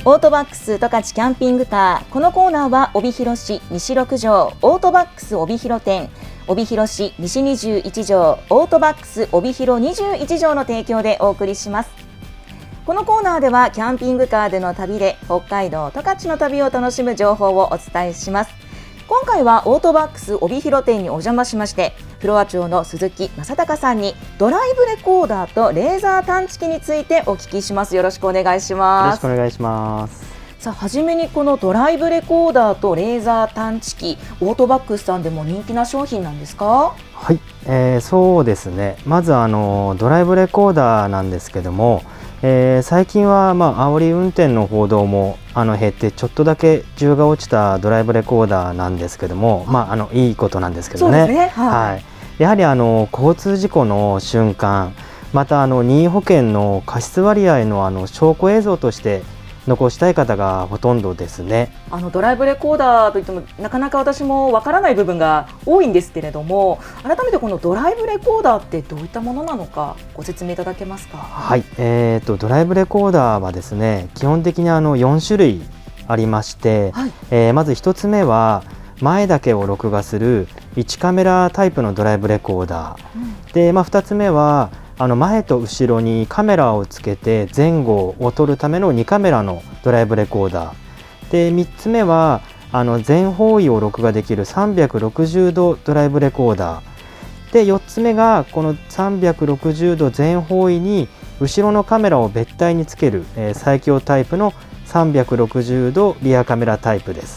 オートバックス十勝キャンピングカー。このコーナーは帯広市西6条オートバックス帯広店、帯広市西21条オートバックス帯広21条の提供でお送りします。このコーナーではキャンピングカーでの旅で北海道十勝の旅を楽しむ情報をお伝えします。今回はオートバックス帯広店にお邪魔しまして、フロア長の鈴木正隆さんにドライブレコーダーとレーザー探知機についてお聞きします。よろしくお願いします。 よろしくお願いします。 さあ、はじめにこのドライブレコーダーとレーザー探知機、オートバックスさんでも人気な商品なんですか？ はい、そうですね。まずドライブレコーダーなんですけども、最近は煽り運転の報道も減ってちょっとだけ需要が落ちたドライブレコーダーなんですけども、いいことなんですけどね。 そうですね、はい。 やはり交通事故の瞬間、また任意保険の過失割合の証拠映像として残したい方がほとんどですね。 ドライブレコーダーといってもなかなか私もわからない部分が多いんですけれども、改めてこのドライブレコーダーってどういったものなのかご説明いただけますか？ はい、ドライブレコーダーはですね、基本的に4種類ありまして、はい、まず1つ目は前だけを録画する1カメラタイプのドライブレコーダー、で、2つ目は前と後ろにカメラをつけて前後を撮るための2カメラのドライブレコーダーで、3つ目は全方位を録画できる360度ドライブレコーダーで、4つ目がこの360度全方位に後ろのカメラを別体につける、最強タイプの360度リアカメラタイプです。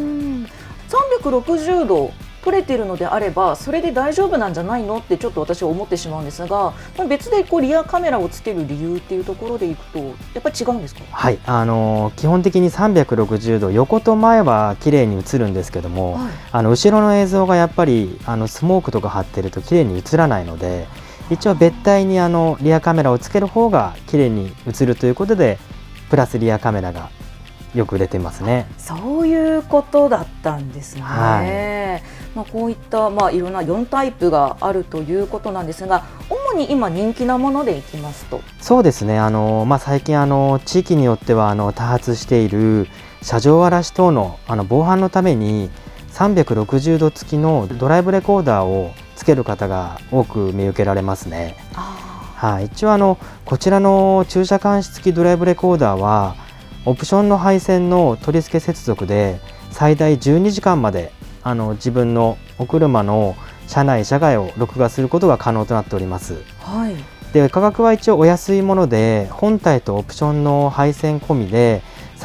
360度撮れているのであればそれで大丈夫なんじゃないのってちょっと私は思ってしまうんですが、別でリアカメラをつける理由っていうところでいくとやっぱり違うんですか？ はい、基本的に360度横と前は綺麗に映るんですけども、はい、後ろの映像がやっぱりスモークとか張ってると綺麗に映らないので、一応別体にリアカメラをつける方が綺麗に映るということでプラスリアカメラがよく売れてますね。 そういうことだったんですね。はい、こういった、いろんな4タイプがあるということなんですが、主に今人気なものでいきますと。 そうですね。最近地域によっては多発している車上荒らし等の防犯のために360度付きのドライブレコーダーをつける方が多く見受けられますね。はい、一応こちらの駐車監視付きドライブレコーダーはオプションの配線の取り付け接続で最大12時間まで自分のお車の車内車外を録画することが可能となっております。はい、で価格は一応お安いもので本体とオプションの配線込みで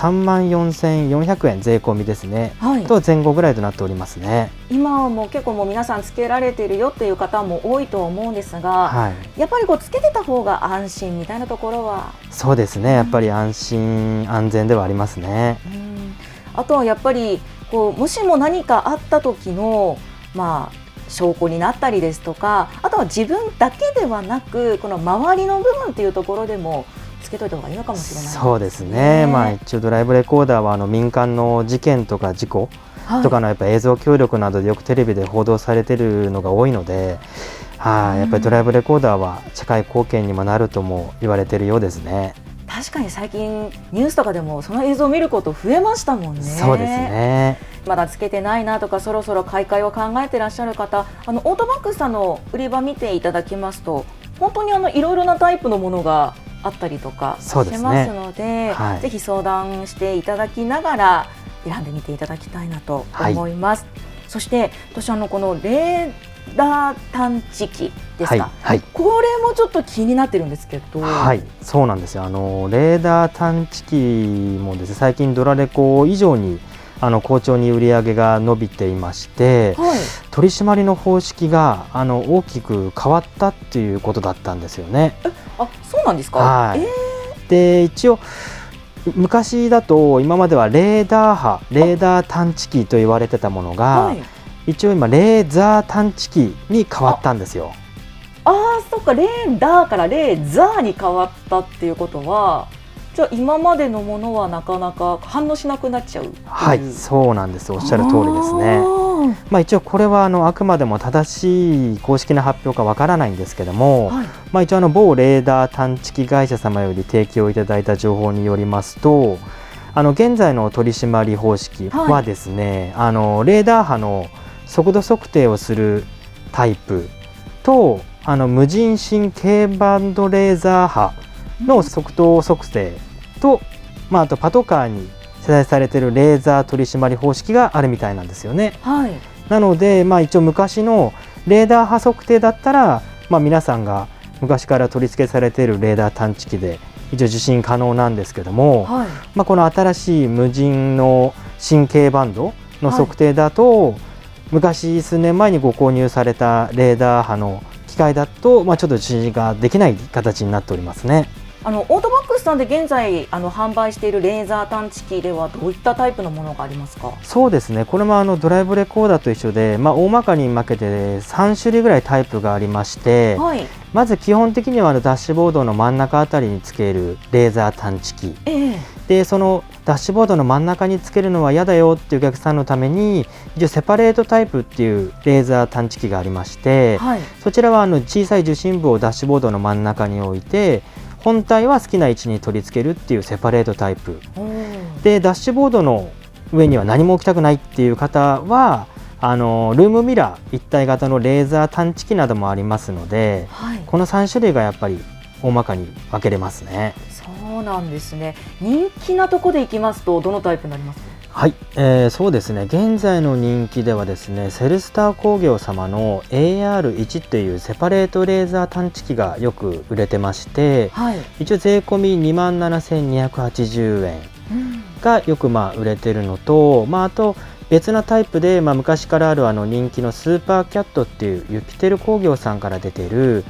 34,400円税込みですね、はい、と前後ぐらいとなっておりますね。 今はもう結構皆さんつけられているよっていう方も多いと思うんですが、はい、やっぱりつけてた方が安心みたいなところは？ そうですね、やっぱり安心安全ではありますね。 あとはやっぱりもしも何かあった時の証拠になったりですとか、あとは自分だけではなくこの周りの部分っていうところでもつけといた方がいいのかもしれないですね。 そうですね。一応ドライブレコーダーは民間の事件とか事故とかのやっぱ映像協力などでよくテレビで報道されているのが多いので、やっぱりドライブレコーダーは社会貢献にもなるとも言われているようですね。 確かに最近ニュースとかでもその映像を見ること増えましたもんね。 そうですね。 まだつけてないなとかそろそろ買い替えを考えていらっしゃる方、オートバックスさんの売り場見ていただきますと本当にいろいろなタイプのものがあったりとかしますので、ぜひ相談していただきながら選んでみていただきたいなと思います。そして私このレーダー探知機ですか、これもちょっと気になってるんですけど。 はい、そうなんですよ。レーダー探知機もですね、最近ドラレコ以上に好調に売り上げが伸びていまして、取り締まりの方式が大きく変わったっていうことだったんですよね。 そうなんですか？ で一応昔だと今まではレーダー波、レーダー探知機と言われてたものが、一応今レーザー探知機に変わったんですよ。 そっか、レーダーからレーザーに変わったっていうことは、じゃあ今までのものはなかなか反応しなくなっちゃう。 はい、そうなんです。おっしゃる通りですね。一応これはあくまでも正しい公式な発表かわからないんですけども、一応某レーダー探知機会社様より提供いただいた情報によりますと、 現在の取り締まり方式はですね、レーダー波の速度測定をするタイプと無人深軽バンドレーザー波の速度測定と、あとパトカーに世代されているレーザー取り締まり方式があるみたいなんですよね。なので、一応昔のレーダー波測定だったら、皆さんが昔から取り付けされているレーダー探知機で一応受信可能なんですけども、この新しい無人の深軽バンドの測定だと、昔数年前にご購入されたレーダー波の機械だと、ちょっと受信ができない形になっておりますね。 オートバックスさんで現在販売しているレーザー探知機ではどういったタイプのものがありますか？ そうですね、これもドライブレコーダーと一緒で、大まかに分けて3種類ぐらいタイプがありまして、まず基本的にはダッシュボードの真ん中あたりにつけるレーザー探知機、でそのダッシュボードの真ん中につけるのは嫌だよっていうお客さんのために一応セパレートタイプっていうレーザー探知機がありまして、そちらは小さい受信部をダッシュボードの真ん中に置いて、本体は好きな位置に取り付けるっていうセパレートタイプで、ダッシュボードの上には何も置きたくないっていう方はルームミラー一体型のレーザー探知機などもありますので、この3種類がやっぱり大まかに分けれますね。 そうなんですね。人気なとこでいきますとどのタイプになりますか？ そうですね、現在の人気ではですね、セルスター工業様の AR1 というセパレートレーザー探知機がよく売れてまして、一応税込み27,280円がよく売れてるのと、あと別なタイプで、昔からある人気のスーパーキャットっていうユピテル工業さんから出てる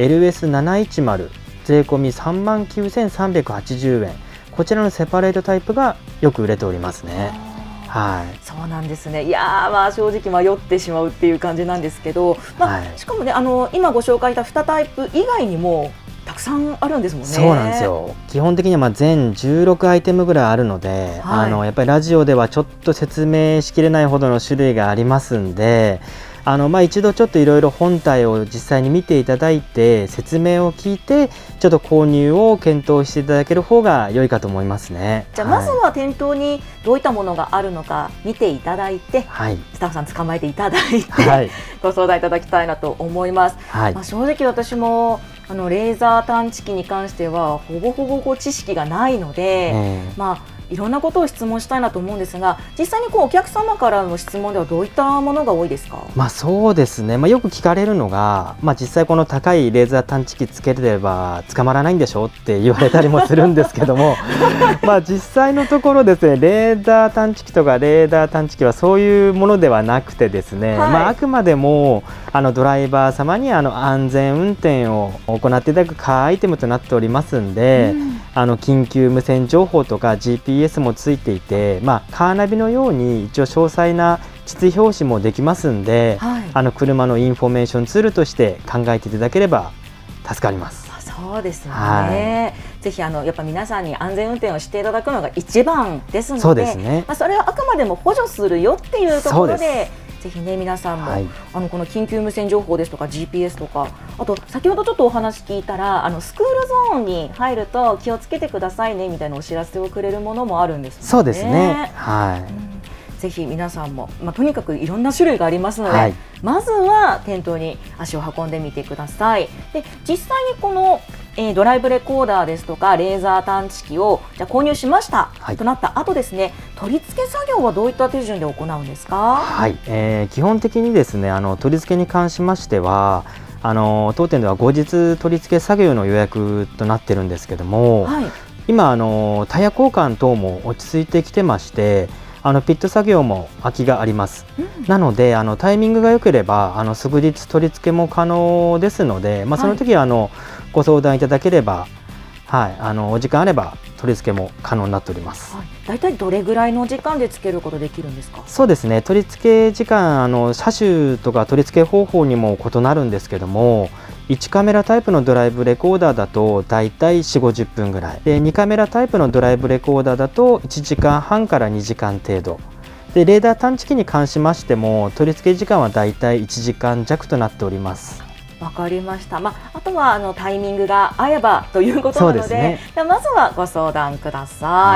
LS710 税込み39,380円、こちらのセパレートタイプがよく売れておりますね。 そうなんですね。いや正直迷ってしまうっていう感じなんですけど、しかもね今ご紹介した2タイプ以外にもたくさんあるんですもんね。 そうなんですよ。基本的には全16アイテムぐらいあるので、やっぱりラジオではちょっと説明しきれないほどの種類がありますんで、一度ちょっといろいろ本体を実際に見ていただいて説明を聞いてちょっと購入を検討していただける方が良いかと思いますね。 じゃあまずは店頭にどういったものがあるのか見ていただいて、スタッフさん捕まえていただいて、ご相談いただきたいなと思います。正直私もレーザー探知機に関してはほぼほぼ知識がないので、いろんなことを質問したいなと思うんですが、実際にお客様からの質問ではどういったものが多いですか？ そうですね、よく聞かれるのが、実際この高いレーザー探知機つければ捕まらないんでしょって言われたりもするんですけども実際のところですね、レーダー探知機とかレーダー探知機はそういうものではなくてですね、あくまでもドライバー様に安全運転を行っていただくカーアイテムとなっておりますんで、緊急無線情報とか GPS もついていて、カーナビのように一応詳細な地図表示もできますんで、車のインフォメーションツールとして考えていただければ助かります。 そうですよね。ぜひやっぱ皆さんに安全運転をしていただくのが一番ですので、 そうですね、 それはあくまでも補助するよっていうところで、ぜひね皆さんも、この緊急無線情報ですとか GPS とか、あと先ほどちょっとお話聞いたらスクールゾーンに入ると気をつけてくださいねみたいなお知らせをくれるものもあるんですね。 そうですね。 ぜひ皆さんも、とにかくいろんな種類がありますので、まずは店頭に足を運んでみてください。で実際にこのドライブレコーダーですとかレーザー探知機を購入しました、となった後ですね、取り付け作業はどういった手順で行うんですか？ 基本的にですね取り付けに関しましては当店では後日取り付け作業の予約となってるんですけども、今タイヤ交換等も落ち着いてきてまして、ピット作業も空きがあります、なのでタイミングが良ければ即日取り付けも可能ですので、その時はご相談いただければ、お時間あれば取り付けも可能になっております。 だいたいどれぐらいの時間でつけることできるんですか？ そうですね、取り付け時間車種とか取り付け方法にも異なるんですけども、1カメラタイプのドライブレコーダーだとだいたい4、50分ぐらいで、2カメラタイプのドライブレコーダーだと1時間半から2時間程度で、レーダー探知機に関しましても取り付け時間はだいたい1時間弱となっております。 わかりました。あとはタイミングが合えばということなので、まずはご相談ください。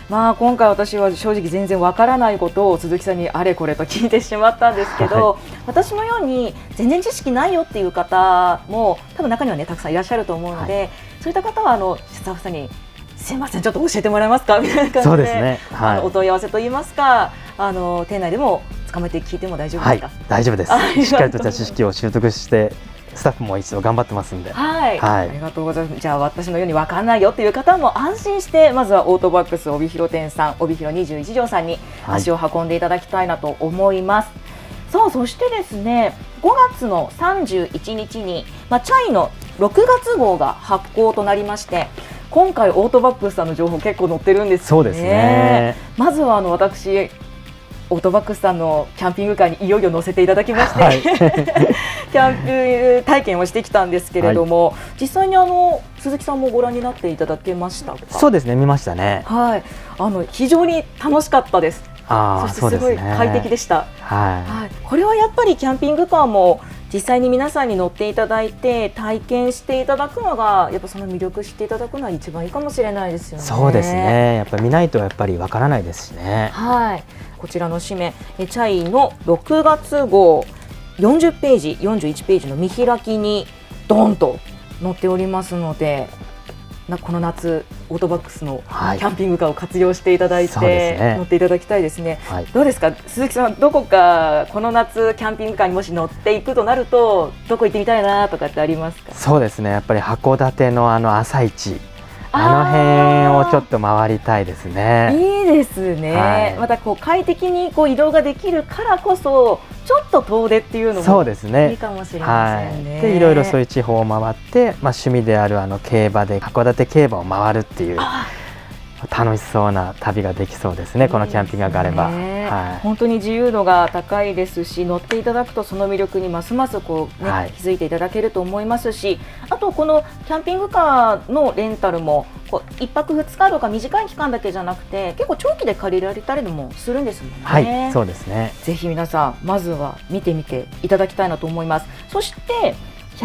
今回私は正直全然わからないことを鈴木さんにあれこれと聞いてしまったんですけど、私のように全然知識ないよっていう方も多分中にはねたくさんいらっしゃると思うので、そういった方はスタッフさんにすいませんちょっと教えてもらえますかみたいな感じで、 そうですね、 お問い合わせといいますか店内でも捕まえて聞いても大丈夫ですか？ 大丈夫です。しっかりとした知識を習得してスタッフも一度頑張ってますんで、 ありがとうございます。じゃあ私のように分かんないよっていう方も安心してまずはオートバックス帯広店さん帯広21条さんに足を運んでいただきたいなと思います。さあそしてですね5月の31日に、チャイの6月号が発行となりまして、今回オートバックスさんの情報結構載ってるんですよね。 そうですね。 まずは私オートバックスさんのキャンピングカーにいよいよ乗せていただきまして、キャンプ体験をしてきたんですけれども、実際に鈴木さんもご覧になっていただけましたか？ そうですね、見ましたね。 非常に楽しかったです。そしてすごい快適でした。これはやっぱりキャンピングカーも実際に皆さんに乗っていただいて体験していただくのがやっぱその魅力知っていただくのは一番いいかもしれないですよね。 そうですね。やっぱり見ないとやっぱりわからないですしね。 こちらの紙面チャイの6月号40ページ41ページの見開きにドーンと載っておりますので、この夏オートバックスのキャンピングカーを活用していただいて、乗っていただきたいですね。どうですか鈴木さん、どこかこの夏キャンピングカーにもし乗っていくとなるとどこ行ってみたいなとかってありますか？ そうですね、やっぱり函館の朝市、あの辺をちょっと回りたいですね。 いいですね。また快適に移動ができるからこそちょっと遠出っていうのもいいかもしれませんね。 でいろいろそういう地方を回って、趣味である競馬で函館競馬を回るっていう楽しそうな旅ができそうですね。このキャンピングカーがあれば、 本当に自由度が高いですし、乗っていただくとその魅力にますます気づいていただけると思いますし、あとこのキャンピングカーのレンタルも1泊2日とか短い期間だけじゃなくて結構長期で借りられたりもするんですもんね。 そうですね。 ぜひ皆さんまずは見てみていただきたいなと思います。そして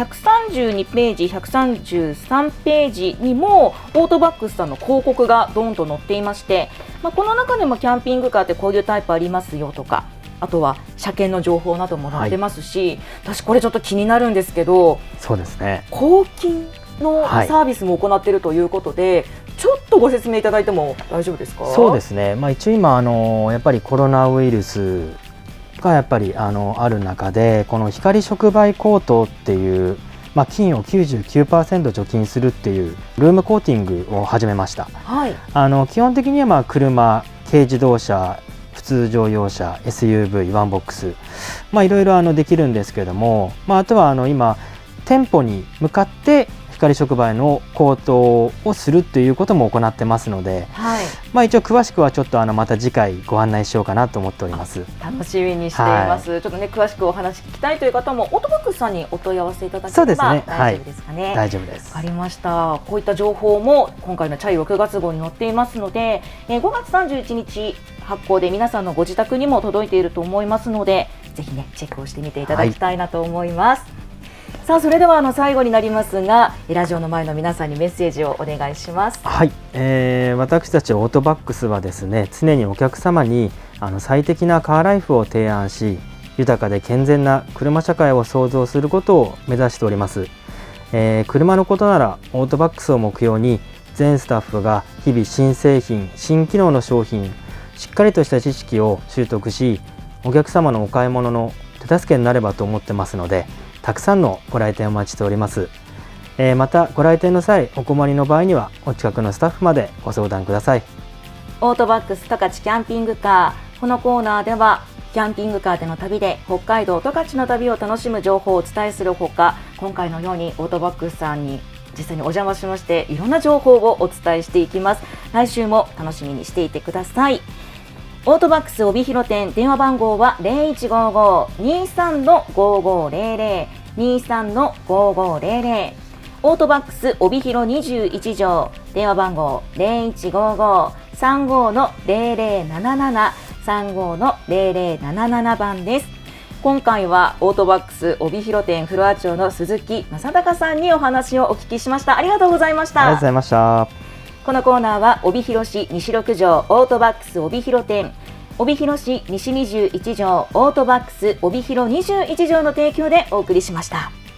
132ページ133ページにもオートバックスさんの広告がドーンと載っていまして、この中でもキャンピングカーってこういうタイプありますよとか、あとは車検の情報なども載ってますし、私これちょっと気になるんですけど、 そうですね、 公金のサービスも行っているということで、ちょっとご説明いただいても大丈夫ですか？ そうですね、一応今やっぱりコロナウイルスがやっぱりある中で、この光触媒コートっていう、金を 99% 除菌するっていうルームコーティングを始めました。基本的には車、軽自動車、普通乗用車、 SUV、ワンボックス、いろいろできるんですけれども、あとは今店舗に向かって光触媒のコートをするということも行ってますので、一応詳しくはちょっとまた次回ご案内しようかなと思っております。 楽しみにしています。ちょっとね詳しくお話聞きたいという方もオートバックスさんにお問い合わせいただければ大丈夫ですかね。 大丈夫です。 わかりました。こういった情報も今回のチャイ6月号に載っていますので、5月31日発行で皆さんのご自宅にも届いていると思いますので、ぜひねチェックをしてみていただきたいなと思います。さあそれでは最後になりますが、ラジオの前の皆さんにメッセージをお願いします。 私たちオートバックスはですね、常にお客様に最適なカーライフを提案し、豊かで健全な車社会を創造することを目指しております。車のことならオートバックスを目標に、全スタッフが日々新製品、新機能の商品、しっかりとした知識を習得し、お客様のお買い物の手助けになればと思ってますので、たくさんのご来店をお待ちしております。またご来店の際お困りの場合にはお近くのスタッフまでご相談ください。 オートバックス十勝キャンピングカー、このコーナーではキャンピングカーでの旅で北海道十勝の旅を楽しむ情報をお伝えするほか、今回のようにオートバックスさんに実際にお邪魔しましていろんな情報をお伝えしていきます。来週も楽しみにしていてください。オートバックス帯広店、電話番号は 0155-23-5500 23-5500。オートバックス帯広21条、電話番号 0155-35-0077 35-0077 番です。今回はオートバックス帯広店フロア長の鈴木正隆さんにお話をお聞きしました。ありがとうございました。 ありがとうございました。 このコーナーは帯広市西6条オートバックス帯広店、帯広市西21条オートバックス帯広21条の提供でお送りしました。